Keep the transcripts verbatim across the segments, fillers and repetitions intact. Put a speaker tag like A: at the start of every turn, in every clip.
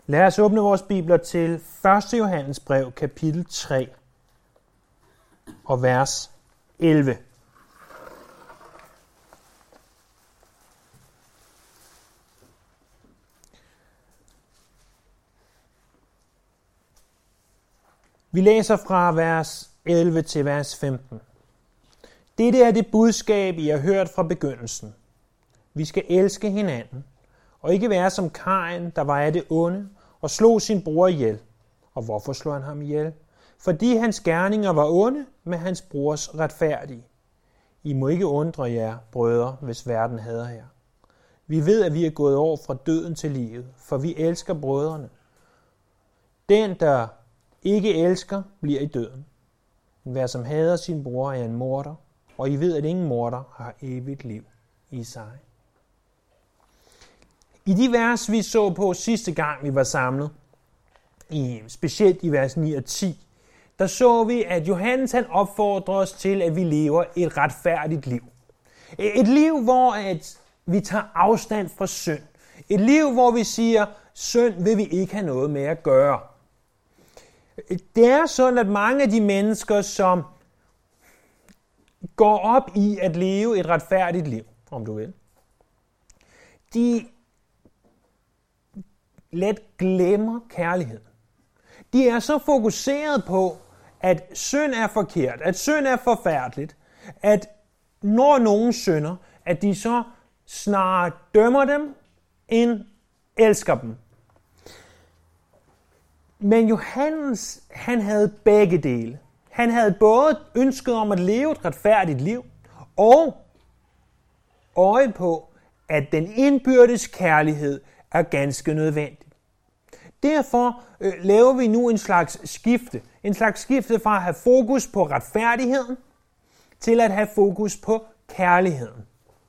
A: Lad os åbne vores bibler til første Johannes brev, kapitel tre og vers elleve. Vi læser fra vers elleve til vers femten. Dette er det budskab, I har hørt fra begyndelsen. Vi skal elske hinanden, og ikke være som Kain, der var af det onde, og slog sin bror ihjel. Og hvorfor slog han ham ihjel? Fordi hans gerninger var onde, men hans brors retfærdige. I må ikke undre jer, brødre, hvis verden hader jer. Vi ved, at vi er gået over fra døden til livet, for vi elsker brødrene. Den, der ikke elsker, bliver i døden. Hver som hader sin bror er en morder, og I ved, at ingen morder har evigt liv i sig. I de vers, vi så på sidste gang, vi var samlet, i, specielt i vers ni og ti, der så vi, at Johannes han opfordrer os til, at vi lever et retfærdigt liv. Et liv, hvor at vi tager afstand fra synd. Et liv, hvor vi siger, synd vil vi ikke have noget med at gøre. Det er sådan, at mange af de mennesker, som går op i at leve et retfærdigt liv, om du vil, de let glemmer kærlighed. De er så fokuseret på, at synd er forkert, at synd er forfærdeligt, at når nogen synder, at de så snarere dømmer dem, end elsker dem. Men Johannes, han havde begge dele. Han havde både ønsket om at leve et retfærdigt liv, og øje på, at den indbyrdes kærlighed er ganske nødvendig. Derfor øh, laver vi nu en slags skifte. En slags skifte fra at have fokus på retfærdigheden, til at have fokus på kærligheden.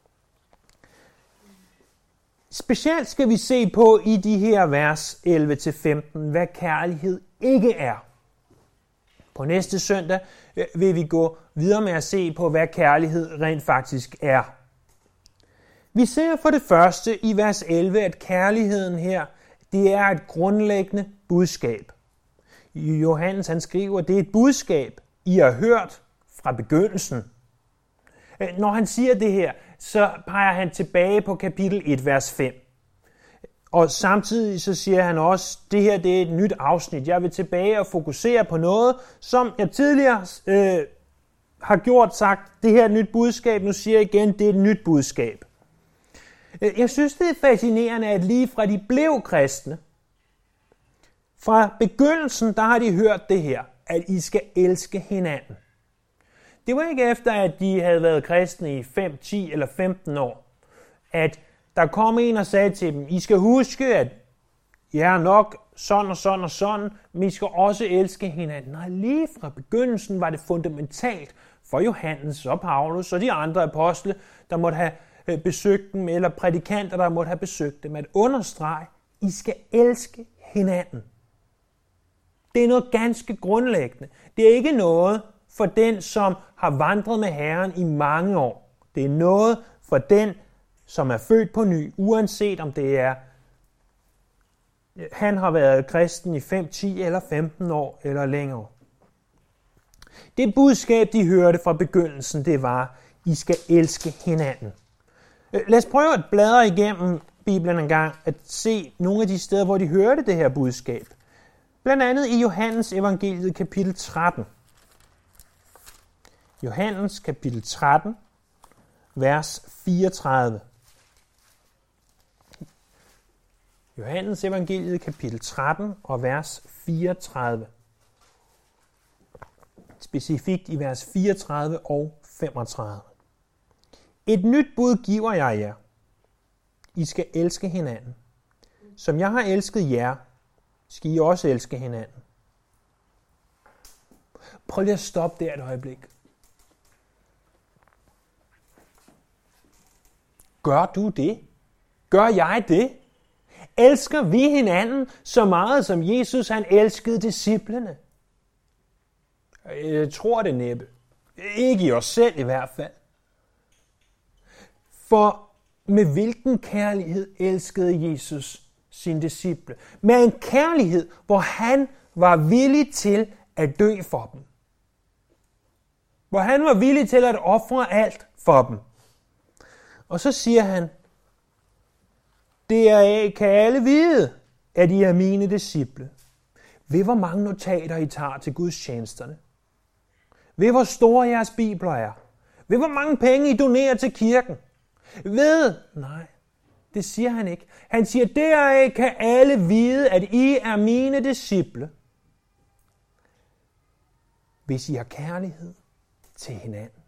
A: Specielt skal vi se på i de her vers elleve til femten, hvad kærlighed ikke er. På næste søndag vil vi gå videre med at se på, hvad kærlighed rent faktisk er. Vi ser for det første i vers elleve, at kærligheden her, det er et grundlæggende budskab. Johannes han skriver, at det er et budskab, I har hørt fra begyndelsen. Når han siger det her, så peger han tilbage på kapitel et, vers fem. Og samtidig så siger han også, at det her det er et nyt afsnit. Jeg vil tilbage og fokusere på noget, som jeg tidligere øh, har gjort sagt, det her er et nyt budskab. Nu siger jeg igen, det er et nyt budskab. Jeg synes, det er fascinerende, at lige fra de blev kristne, fra begyndelsen, der har de hørt det her, at I skal elske hinanden. Det var ikke efter, at de havde været kristne i fem, ti eller femten år, at der kom en og sagde til dem, I skal huske, at I er nok sådan og sådan og sådan, men I skal også elske hinanden. Nej, lige fra begyndelsen var det fundamentalt for Johannes og Paulus og de andre apostle, der måtte have besøgt dem, eller prædikanter, der måtte have besøgt dem, at understrege, I skal elske hinanden. Det er noget ganske grundlæggende. Det er ikke noget for den, som har vandret med Herren i mange år. Det er noget for den, som er født på ny, uanset om det er, han har været kristen i fem, ti eller femten år eller længere. Det budskab, de hørte fra begyndelsen, det var, I skal elske hinanden. Lad os prøve at bladre igennem Bibelen en gang, at se nogle af de steder, hvor de hørte det her budskab. Blandt andet i Johannes evangeliet kapitel tretten. Johannes kapitel tretten, vers fireogtredive. Johannes evangeliet kapitel tretten og vers fireogtredive. Specifikt i vers fireogtredive og femogtredive. Et nyt bud giver jeg jer. I skal elske hinanden. Som jeg har elsket jer, skal I også elske hinanden. Prøv lige at stoppe der et øjeblik. Gør du det? Gør jeg det? Elsker vi hinanden så meget, som Jesus han elskede disciplene? Jeg tror det næppe. Ikke i os selv i hvert fald. For med hvilken kærlighed elskede Jesus sine disciple. Med en kærlighed, hvor han var villig til at dø for dem. Hvor han var villig til at ofre alt for dem. Og så siger han, deraf kan alle vide, at I er mine disciple. Ved hvor mange notater I tager til Guds tjenesterne. Ved hvor store jeres bibler er. Ved hvor mange penge I donerer til kirken. Ved, nej, det siger han ikke. Han siger, deraf kan alle vide, at I er mine disciple. Hvis I har kærlighed til hinanden.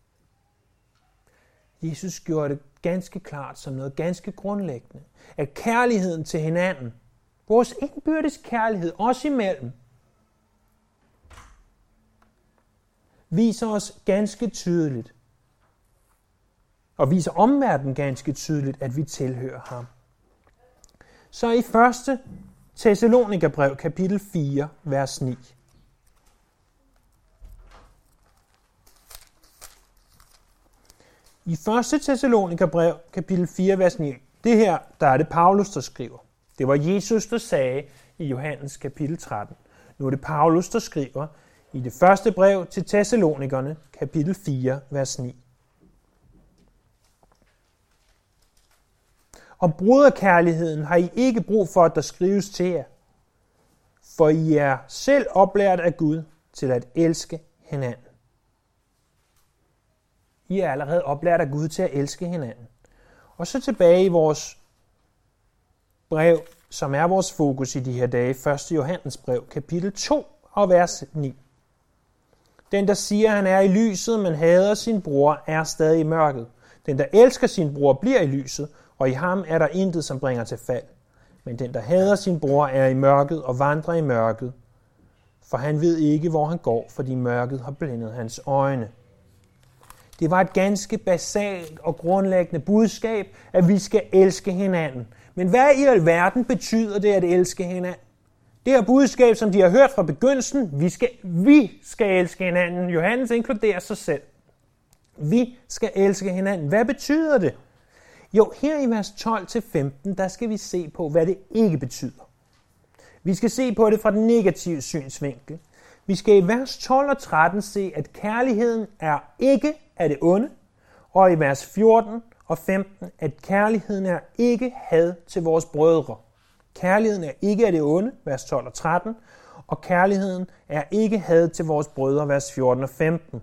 A: Jesus gjorde det ganske klart som noget ganske grundlæggende, at kærligheden til hinanden, vores indbyrdes kærlighed, os imellem, viser os ganske tydeligt, og viser omverdenen ganske tydeligt, at vi tilhører ham. Så i første Thessalonikerbrev, kapitel fire, vers ni. I første Thessalonikerbrev, kapitel fire, vers ni, det her, der er det Paulus, der skriver. Det var Jesus, der sagde i Johannes kapitel tretten. Nu er det Paulus, der skriver i det første brev til Thessalonikerne, kapitel fire, vers ni. Om broderkærligheden har I ikke brug for, at der skrives til jer, for I er selv oplært af Gud til at elske hinanden. I er allerede oplært af Gud til at elske hinanden. Og så tilbage i vores brev, som er vores fokus i de her dage, første Johannes brev, kapitel to og vers ni. Den, der siger, han er i lyset, men hader sin bror, er stadig i mørket. Den, der elsker sin bror, bliver i lyset, og i ham er der intet, som bringer til fald. Men den, der hader sin bror, er i mørket og vandrer i mørket, for han ved ikke, hvor han går, fordi mørket har blændet hans øjne. Det var et ganske basalt og grundlæggende budskab, at vi skal elske hinanden. Men hvad i alverden betyder det at elske hinanden? Det her budskab, som de har hørt fra begyndelsen, vi skal, vi skal elske hinanden. Johannes inkluderer sig selv. Vi skal elske hinanden. Hvad betyder det? Jo, her i vers tolv til femten, der skal vi se på, hvad det ikke betyder. Vi skal se på det fra den negative synsvinkel. Vi skal i vers tolv og tretten se, at kærligheden er ikke af det onde, og i vers fjorten og femten, at kærligheden er ikke had til vores brødre. Kærligheden er ikke af det onde, vers tolv og tretten, og kærligheden er ikke had til vores brødre, vers fjorten og femten.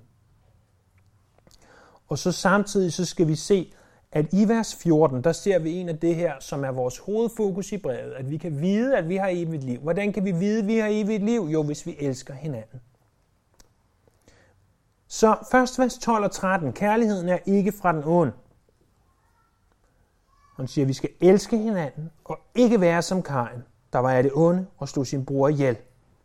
A: Og så samtidig så skal vi se, at i vers fjorten, der ser vi en af det her, som er vores hovedfokus i brevet, at vi kan vide, at vi har evigt liv. Hvordan kan vi vide, at vi har evigt liv? Jo, hvis vi elsker hinanden. Så først vers tolv og tretten, kærligheden er ikke fra den onde. Han siger, at vi skal elske hinanden og ikke være som Kain, der var af det onde og slog sin bror ihjel.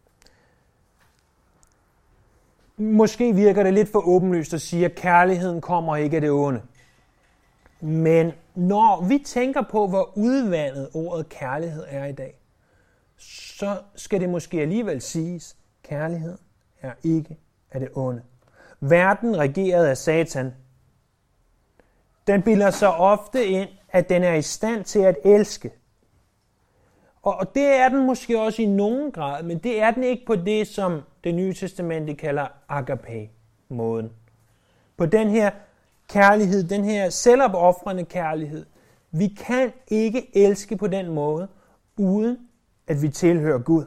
A: Måske virker det lidt for åbenlyst at sige, at kærligheden kommer ikke af det onde. Men når vi tænker på, hvor udvandet ordet kærlighed er i dag, så skal det måske alligevel siges, at kærlighed er ikke af det onde. Verden regeret af Satan, den bilder sig ofte ind, at den er i stand til at elske. Og det er den måske også i nogen grad, men det er den ikke på det, som det nye testamente kalder agape-måden. På den her kærlighed, den her selvopoffrende kærlighed. Vi kan ikke elske på den måde, uden at vi tilhører Gud.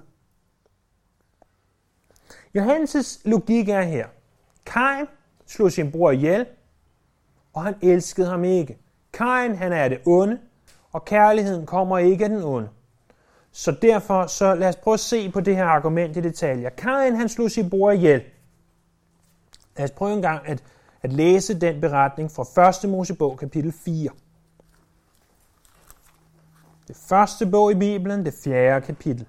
A: Johannes' logik er her. Kain slog sin bror ihjel, og han elskede ham ikke. Kain, han er det onde, og kærligheden kommer ikke af den onde. Så derfor, så lad os prøve at se på det her argument i detaljer. Kain, han slog sin bror ihjel. Lad os prøve en gang at, at læse den beretning fra første Mosebog, kapitel fire. Det første bog i Bibelen, det fjerde kapitel.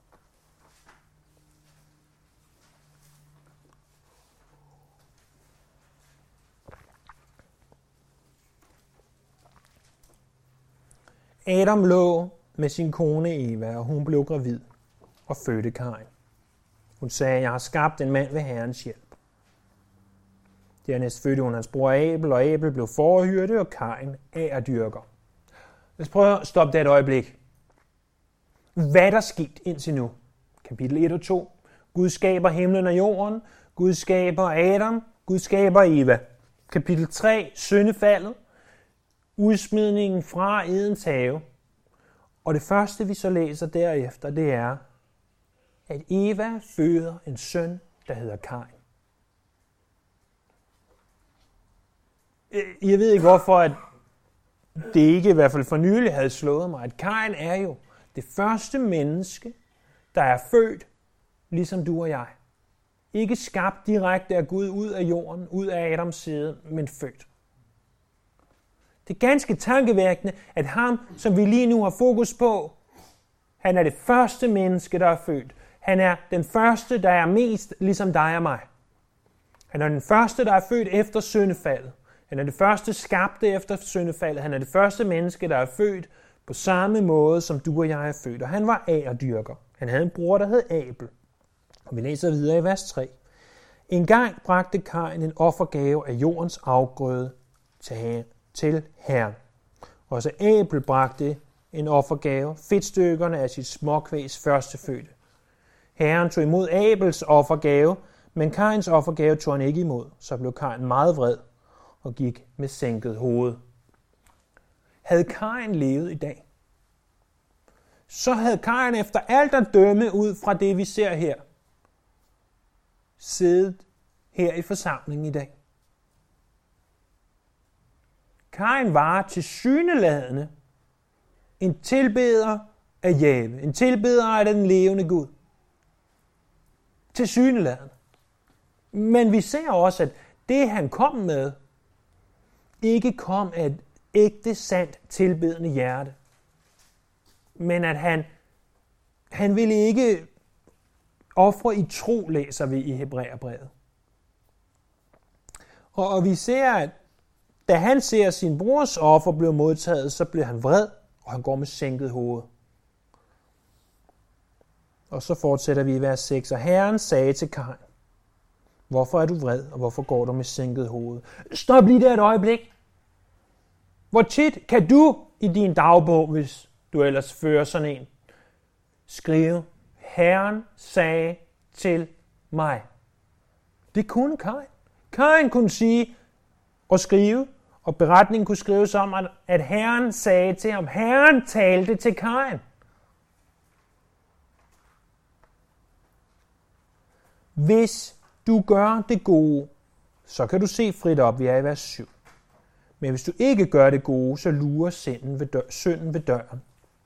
A: Adam lå med sin kone Eva, og hun blev gravid og fødte Kain. Hun sagde, jeg har skabt en mand ved Herrens hjælp. Dernæst fødte hun hans bror Abel, og Abel blev fårehyrde, og Kain agerdyrker. Lad os prøve at stoppe det et øjeblik. hvad der skete indtil nu. Kapitel et og to. Gud skaber himlen og jorden. Gud skaber Adam. Gud skaber Eva. Kapitel tre. Syndefaldet. Udsmidningen fra Edens have. Og det første, vi så læser derefter, det er, at Eva føder en søn, der hedder Kain. Jeg ved ikke, hvorfor at det ikke i hvert fald for nylig havde slået mig, at Kain er jo det første menneske, der er født, ligesom du og jeg. Ikke skabt direkte af Gud ud af jorden, ud af Adams side, men født. Det er ganske tankevækkende, at ham, som vi lige nu har fokus på, han er det første menneske, der er født. Han er den første, der er mest ligesom dig og mig. Han er den første, der er født efter syndefaldet. Han er det første skabte efter syndefaldet. Han er det første menneske, der er født på samme måde, som du og jeg er født. Og han var agerdyrker. Han havde en bror, der hed Abel. Og vi læser videre i vers tre. En gang bragte Kain en offergave af jordens afgrøde til Herren. Også Abel bragte en offergave, fedtstykkerne af sit småkvægs førstefødte. Herren tog imod Abels offergave, men Kains offergave tog han ikke imod. Så blev Kain meget vred og gik med sænket hoved. Havde Kain levet i dag, så havde Kain efter alt at dømme ud fra det, vi ser her, siddet her i forsamlingen i dag. Kain var tilsyneladende en tilbeder af Jahve, en tilbeder af den levende Gud. Tilsyneladende. Men vi ser også, at det han kom med, ikke kom af et ægte, sandt, tilbedende hjerte. Men at han, han ville ikke ofre i tro, læser vi i Hebræerbrevet. Og, og vi ser, at da han ser sin brors offer blive modtaget, så bliver han vred, og han går med sænket hoved. Og så fortsætter vi i vers seks, og Herren sagde til Kain, hvorfor er du vred, og hvorfor går du med sænket hoved? Stop lige der et øjeblik. Hvor tit kan du i din dagbog, hvis du ellers fører sådan en, skrive, Herren sagde til mig. Det kunne Kain. Kain kunne sige og skrive, og beretningen kunne skrives om, at Herren sagde til ham. Herren talte til Kain. Hvis du gør det gode, så kan du se frit op, vi er i vers syv. Men hvis du ikke gør det gode, så lurer synden ved, dør, synden ved døren.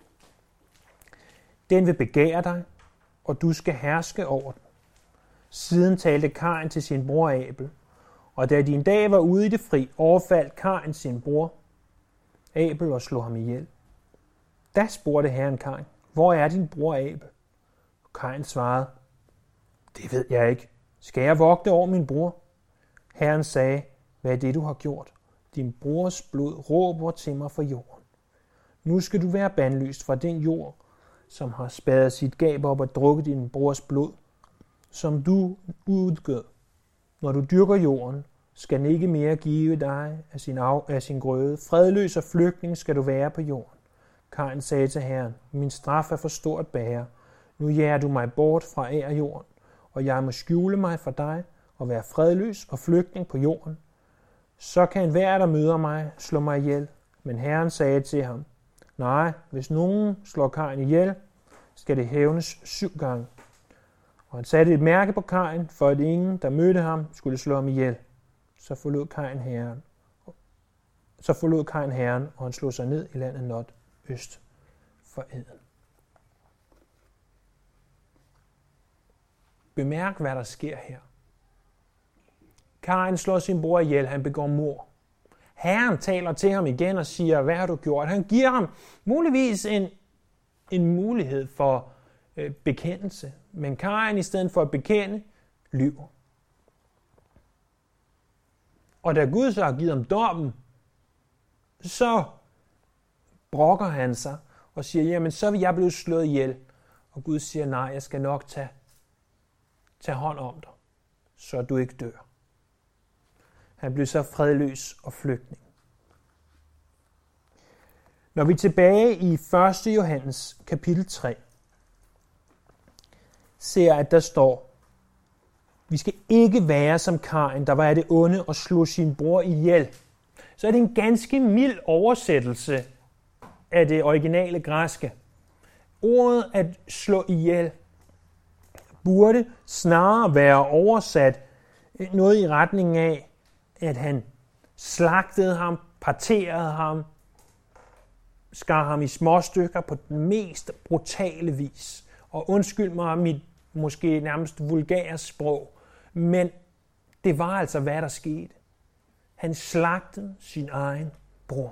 A: Den vil begære dig, og du skal herske over den. Siden talte Kain til sin bror Abel, og da de en dag var ude i det fri, overfaldt Kain sin bror Abel og slog ham ihjel. Da spurgte Herren Kain, hvor er din bror Abel? Kain svarede, det ved jeg ikke. Skal jeg vogte over min bror? Herren sagde, hvad er det, du har gjort? Din brors blod råber til mig fra jorden. Nu skal du være bandlyst fra den jord, som har spadet sit gab op og drukket din brors blod, som du udgør. Når du dyrker jorden, skal den ikke mere give dig af sin, af, af sin grøde. Fredløs og flygtning skal du være på jorden. Kain sagde til Herren, min straf er for stort bære. Nu jager du mig bort fra af jorden, og jeg må skjule mig for dig og være fredløs og flygtning på jorden. Så kan enhver, der møder mig, slå mig ihjel. Men Herren sagde til ham, nej, hvis nogen slår Kain ihjel, skal det hævnes syv gange. Og han satte et mærke på Kain, for at ingen, der mødte ham, skulle slå ham ihjel. Så forlod Kain Herren. Så forlod Kain Herren, og han slog sig ned i landet Nod, øst for Eden. Bemærk, hvad der sker her. Kain slår sin bror ihjel, han begår mord. Herren taler til ham igen og siger, hvad har du gjort? Han giver ham muligvis en, en mulighed for øh, bekendelse. Men Kain i stedet for at bekende, lyver. Og da Gud så har givet ham dommen, så brokker han sig og siger, jamen så vil jeg blive slået ihjel. Og Gud siger, nej, jeg skal nok tage, tage hånd om dig, så du ikke dør. Han blev så fredløs og flygtning. Når vi er tilbage i første Johannes kapitel tre, ser, at der står, vi skal ikke være som Kain, der var af det onde og slog sin bror ihjel. Så er det en ganske mild oversættelse af det originale græske. Ordet at slå ihjel burde snarere være oversat noget i retning af, at han slagtede ham, parterede ham, skar ham i små stykker på den mest brutale vis. Og undskyld mig mit måske nærmest vulgære sprog, men det var altså, hvad der skete. Han slagtede sin egen bror.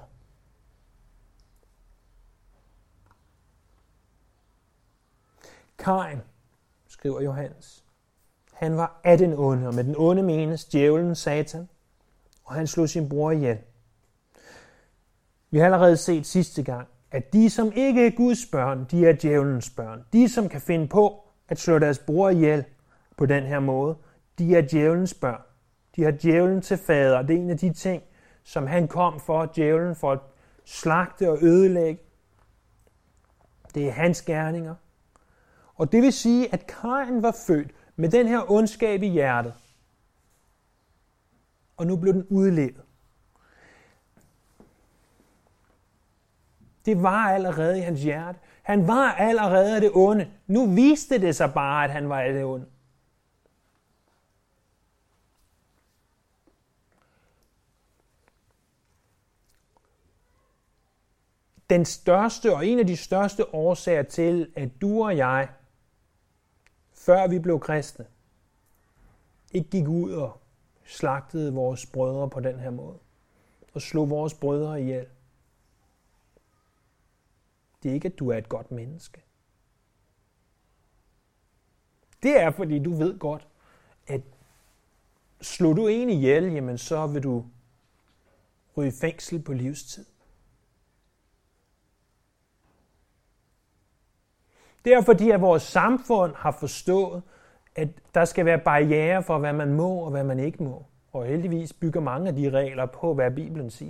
A: Kain, skriver Johannes, han var af den onde, og med den onde menes djævlen, Satan, og han slog sin bror ihjel. Vi har allerede set sidste gang, at de, som ikke er Guds børn, de er djævelens børn. De, som kan finde på at slå deres bror ihjel på den her måde, de er djævelens børn. De har djævlen til fader. Det er en af de ting, som han kom for, djævlen, for at slagte og ødelægge. Det er hans gerninger. Og det vil sige, at Kain var født med den her ondskab i hjertet. Og nu blev den udlevet. Det var allerede i hans hjerte. Han var allerede af det onde. Nu viste det sig bare, at han var af det onde. Den største og en af de største årsager til, at du og jeg, før vi blev kristne, ikke gik ud og slagtede vores brødre på den her måde, og slog vores brødre ihjel. Det er ikke, at du er et godt menneske. Det er, fordi du ved godt, at slår du en ihjel, jamen så vil du ryge i fængsel på livstid. Det er fordi, at vores samfund har forstået, at der skal være barrierer for, hvad man må og hvad man ikke må. Og heldigvis bygger mange af de regler på, hvad Bibelen siger.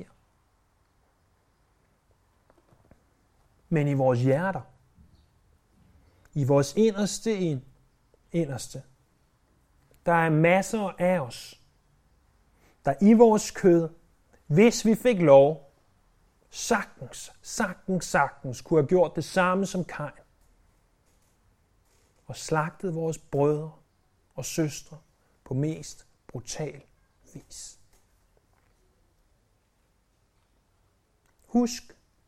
A: Men i vores hjerter, i vores inderste inderste, der er masser af os, der i vores kød, hvis vi fik lov, sagtens, sagtens, sagtens kunne have gjort det samme som Kain. Og slagtet vores brødre og søstre på mest brutal vis. Husk,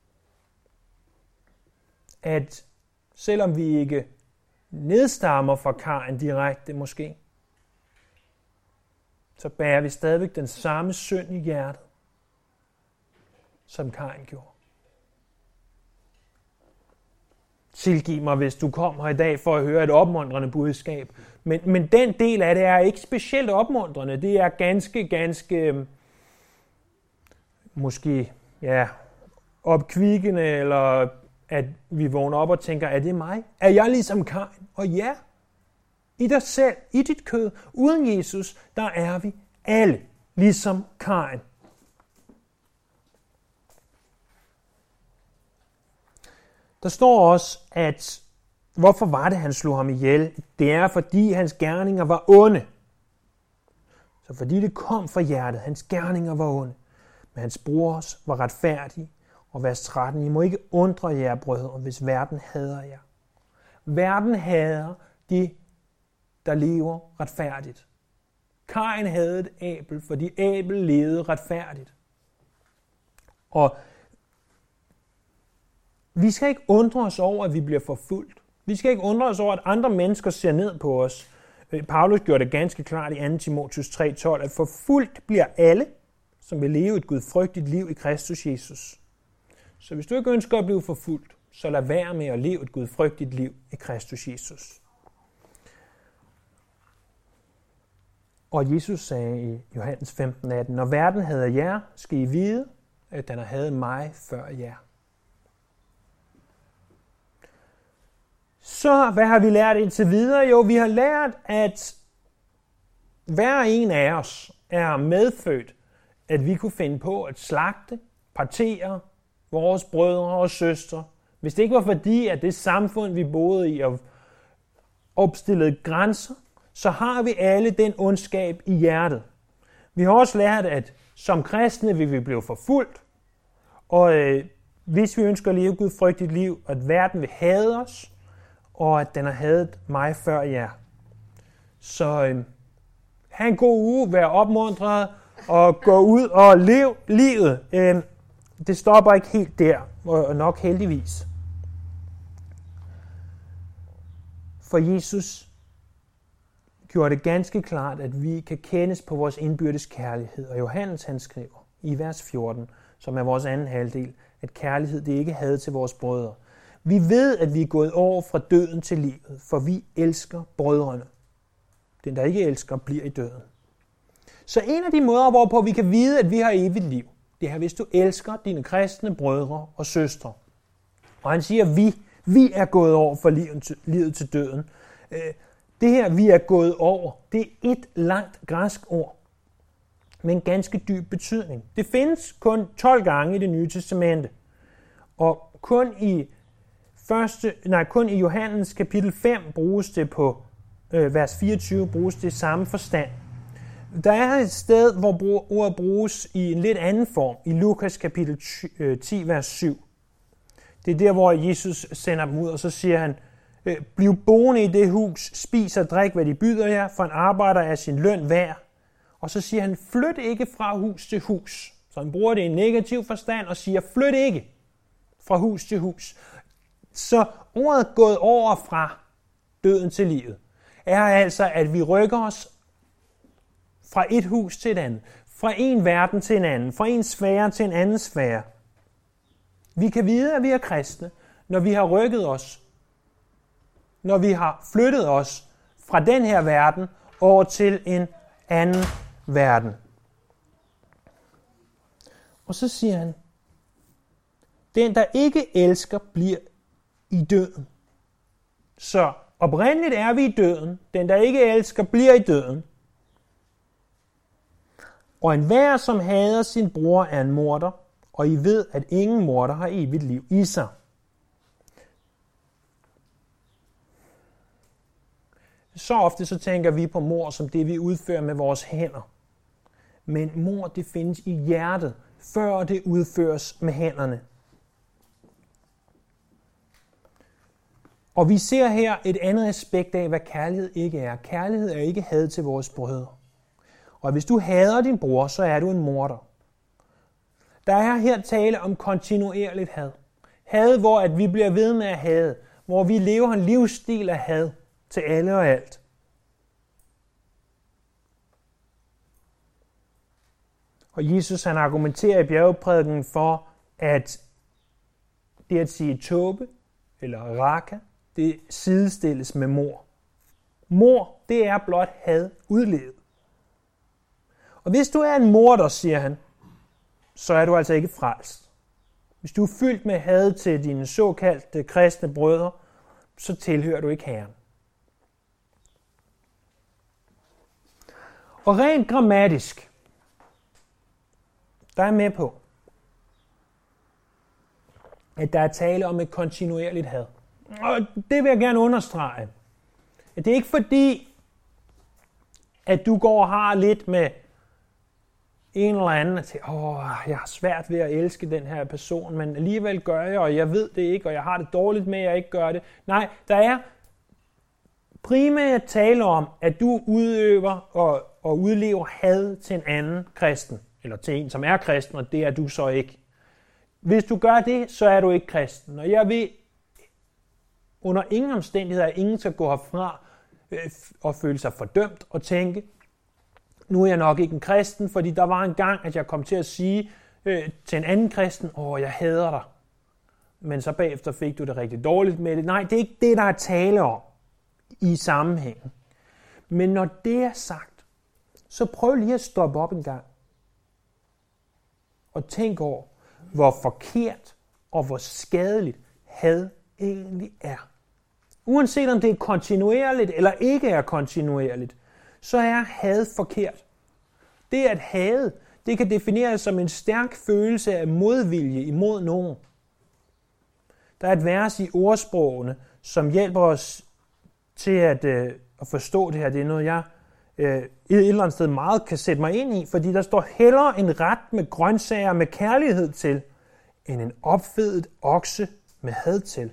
A: at selvom vi ikke nedstammer fra Kain direkte måske, så bærer vi stadigvæk den samme synd i hjertet, som Kain gjorde. Tilgiv mig, hvis du kom her i dag for at høre et opmuntrende budskab. Men, men den del af det er ikke specielt opmuntrende. Det er ganske, ganske måske ja, opkvikkende, eller at vi vågner op og tænker, er det mig? Er jeg ligesom Kain? Og ja, i dig selv, i dit kød, uden Jesus, der er vi alle ligesom Kain. Der står også, at hvorfor var det, han slog ham ihjel? Det er, fordi hans gerninger var onde. Så fordi det kom fra hjertet, hans gerninger var onde. Men hans brors var retfærdige. Og vers tretten, I må ikke undre jer, brødre, hvis verden hader jer. Verden hader de, der lever retfærdigt. Kain hadede Abel, fordi Abel levede retfærdigt. Og vi skal ikke undre os over, at vi bliver forfulgt. Vi skal ikke undre os over, at andre mennesker ser ned på os. Paulus gjorde det ganske klart i anden Timotheus tre tolv, at forfulgt bliver alle, som vil leve et gudfrygtigt liv i Kristus Jesus. Så hvis du ikke ønsker at blive forfulgt, så lad være med at leve et gudfrygtigt liv i Kristus Jesus. Og Jesus sagde i Johannes femten atten, når verden hader jer, skal I vide, at den har hadet mig før jer. Så hvad har vi lært indtil videre? Jo, vi har lært, at hver en af os er medfødt, at vi kunne finde på at slagte, partere vores brødre og søstre. Hvis det ikke var fordi, at det samfund, vi boede i, og, opstillede grænser, så har vi alle den ondskab i hjertet. Vi har også lært, at som kristne vil vi blive forfulgt, og øh, hvis vi ønsker at leve gudfrygtigt liv, at verden vil hade os, og at den har hadet mig før jer. Så øh, have en god uge, vær opmuntret, og gå ud og lev livet. Øh, det stopper ikke helt der, og nok heldigvis. For Jesus gjorde det ganske klart, at vi kan kendes på vores indbyrdes kærlighed. Og Johannes han skriver i vers fjorten, som er vores anden halvdel, at kærlighed det ikke had til vores brødre. Vi ved, at vi er gået over fra døden til livet, for vi elsker brødrene. Den, der ikke elsker, bliver i døden. Så en af de måder, hvorpå vi kan vide, at vi har evigt liv, det er, hvis du elsker dine kristne brødre og søstre. Og han siger, at vi, vi er gået over fra livet til, livet til døden. Det her, vi er gået over, det er et langt græsk ord med en ganske dyb betydning. Det findes kun tolv gange i Det Nye Testamente, og kun i, første, nej, kun i Johannes kapitel fem bruges det på øh, vers fireogtyve, bruges det i samme forstand. Der er et sted, hvor ordet bruges i en lidt anden form, i Lukas kapitel ti, vers syv. Det er der, hvor Jesus sender dem ud, og så siger han, bliv boende i det hus, spis og drik, hvad de byder jer, for en arbejder er sin løn værd. Og så siger han, flyt ikke fra hus til hus. Så han bruger det i en negativ forstand og siger, flyt ikke fra hus til hus. Så ordet gået over fra døden til livet er altså, at vi rykker os fra et hus til et andet, fra en verden til en anden, fra en sfære til en anden sfære. Vi kan vide, at vi er kristne, når vi har rykket os, når vi har flyttet os fra den her verden over til en anden verden. Og så siger han, den der ikke elsker, bliver i døden. Så oprindeligt er vi i døden. Den der ikke elsker, bliver i døden. Og enhver, som hader sin bror, er en morder, og I ved, at ingen morder har evigt liv i sig. Så ofte så tænker vi på mord som det, vi udfører med vores hænder. Men mord, det findes i hjertet, før det udføres med hænderne. Og vi ser her et andet aspekt af, hvad kærlighed ikke er. Kærlighed er ikke had til vores brødre. Og hvis du hader din bror, så er du en morder. Der er her tale om kontinuerligt had. Had, hvor at vi bliver ved med at hade. Hvor vi lever en livsstil af had til alle og alt. Og Jesus han argumenterer i bjergeprædiken for, at det at sige tåbe eller raka, det sidestilles med mord. Mord, det er blot had udlevet. Og hvis du er en morder, siger han, så er du altså ikke frelst. Hvis du er fyldt med had til dine såkaldte kristne brødre, så tilhører du ikke Herren. Og rent grammatisk, der er med på, at der er tale om et kontinuerligt had. Og det vil jeg gerne understrege. At det er ikke fordi, at du går og har lidt med en eller anden, og tænker, åh, jeg har svært ved at elske den her person, men alligevel gør jeg, og jeg ved det ikke, og jeg har det dårligt med, at jeg ikke gør det. Nej, der er primært tale om, at du udøver og, og udlever had til en anden kristen, eller til en, som er kristen, og det er du så ikke. Hvis du gør det, så er du ikke kristen. Og jeg vil under ingen omstændigheder, at ingen skal gå herfra øh, og føle sig fordømt og tænke, nu er jeg nok ikke en kristen, fordi der var en gang, at jeg kom til at sige øh, til en anden kristen, åh, jeg hader dig. Men så bagefter fik du det rigtig dårligt med det. Nej, det er ikke det, der er tale om i sammenhængen. Men når det er sagt, så prøv lige at stoppe op en gang. Og tænk over, hvor forkert og hvor skadeligt had egentlig er. Uanset om det er kontinuerligt eller ikke er kontinuerligt, så er had forkert. Det at hade, det kan defineres som en stærk følelse af modvilje imod nogen. Der er et vers i ordsprogene, som hjælper os til at, øh, at forstå det her. Det er noget, jeg øh, et eller andet sted meget kan sætte mig ind i, fordi der står hellere en ret med grøntsager med kærlighed til, end en opfedet okse med had til.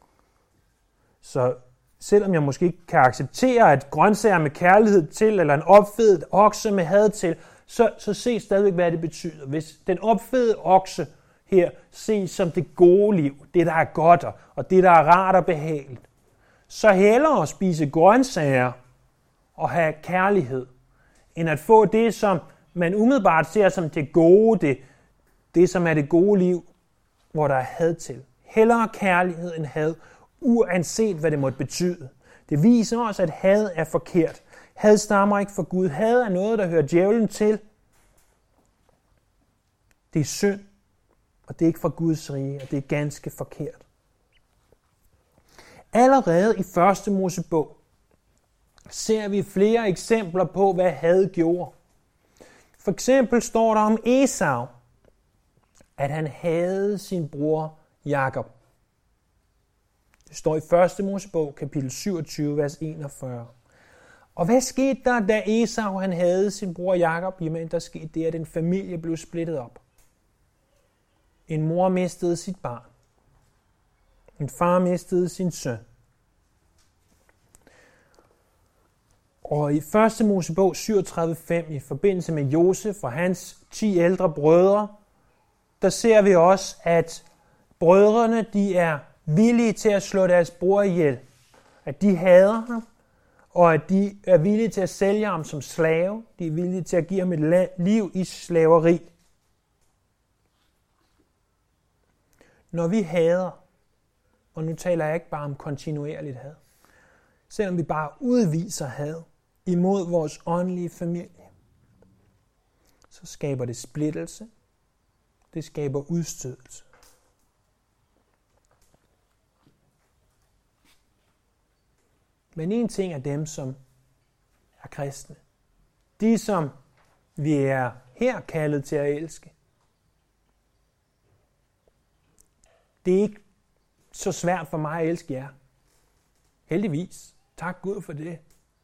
A: Så selvom jeg måske ikke kan acceptere, at grøntsager med kærlighed til, eller en opfedet okse med had til, så, så se stadigvæk, hvad det betyder. Hvis den opfedede okse her ses som det gode liv, det der er godt, og det der er rart og behageligt, så hellere at spise grøntsager og have kærlighed, end at få det, som man umiddelbart ser som det gode, det, det som er det gode liv, hvor der er had til. Hellere kærlighed end had, uanset hvad det måtte betyde. Det viser også, at had er forkert. Had stammer ikke fra Gud. Had er noget, der hører djævlen til. Det er synd, og det er ikke fra Guds rige, og det er ganske forkert. Allerede i første Mosebog ser vi flere eksempler på, hvad had gjorde. For eksempel står der om Esau, at han hadede sin bror Jakob. Det står i første Mosebog, kapitel syvogtyve, vers enogfyrre. Og hvad skete der, da Esau han havde sin bror Jakob? Jamen, der skete det, at en familie blev splittet op. En mor mistede sit barn. En far mistede sin søn. Og i første Mosebog syvogtredive fem, i forbindelse med Josef og hans ti ældre brødre, der ser vi også, at brødrene de er villige til at slå deres bror ihjel. At de hader ham, og at de er villige til at sælge ham som slave. De er villige til at give ham et liv i slaveri. Når vi hader, og nu taler jeg ikke bare om kontinuerligt had, selvom vi bare udviser had imod vores åndelige familie, så skaber det splittelse, det skaber udstødelse. Men en ting er dem, som er kristne. De, som vi er her kaldet til at elske. Det er ikke så svært for mig at elske jer. Heldigvis. Tak Gud for det.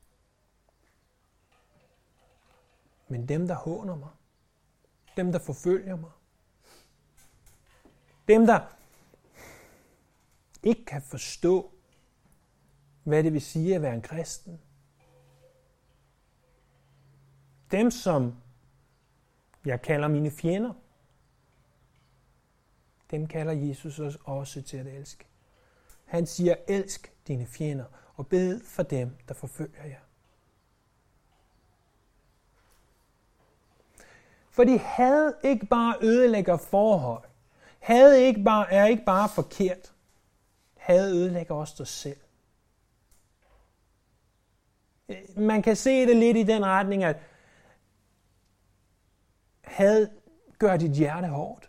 A: Men dem, der håner mig, dem, der forfølger mig, dem, der ikke kan forstå, hvad det vil sige at være en kristen, dem, som jeg kalder mine fjender, dem kalder Jesus os også til at elske. Han siger, elsk dine fjender og bed for dem, der forfølger jer. Fordi had ikke bare ødelægger forhold. Had ikke bare, er ikke bare forkert. Had ødelægger også dig selv. Man kan se det lidt i den retning, at had gør dit hjerte hårdt.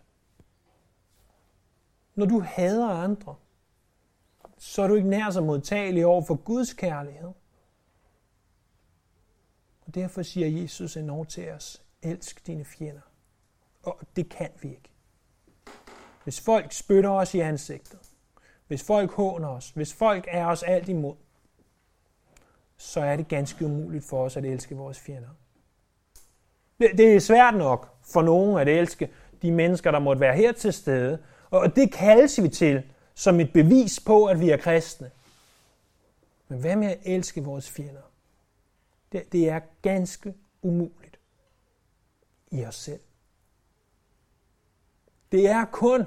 A: Når du hader andre, så er du ikke nær så modtagelig over for Guds kærlighed. Og derfor siger Jesus endnu til os, elsk dine fjender. Og det kan vi ikke. Hvis folk spytter os i ansigtet, hvis folk håner os, hvis folk er os alt imod, så er det ganske umuligt for os at elske vores fjender. Det, det er svært nok for nogen at elske de mennesker, der måtte være her til stede, og det kaldes vi til som et bevis på, at vi er kristne. Men hvad med at elske vores fjender? Det, det er ganske umuligt i os selv. Det er kun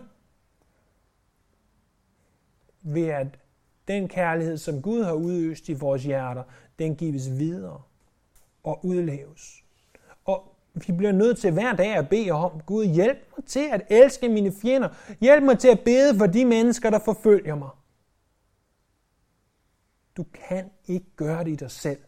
A: ved at den kærlighed, som Gud har udøst i vores hjerter, den gives videre og udleves. Og vi bliver nødt til hver dag at bede om, Gud, hjælp mig til at elske mine fjender. Hjælp mig til at bede for de mennesker, der forfølger mig. Du kan ikke gøre det i dig selv.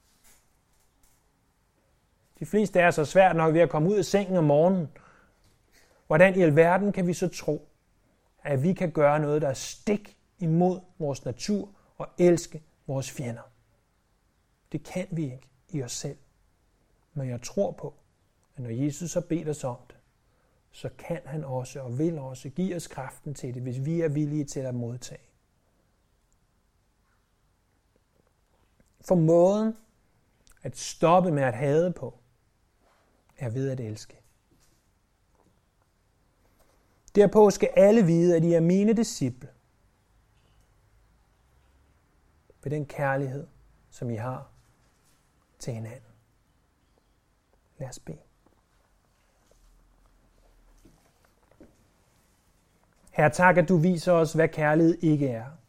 A: De fleste er så svært nok ved at komme ud af sengen om morgenen. Hvordan i alverden kan vi så tro, at vi kan gøre noget, der er stik imod vores natur og elske vores fjender? Det kan vi ikke i os selv. Men jeg tror på, at når Jesus har bedt os om det, så kan han også og vil også give os kraften til det, hvis vi er villige til at modtage. For måden at stoppe med at hade på, er ved at elske. Derpå skal alle vide, at I er mine disciple, ved den kærlighed, som I har til hinanden. Lad os bede. Herre, tak, at du viser os, hvad kærlighed ikke er.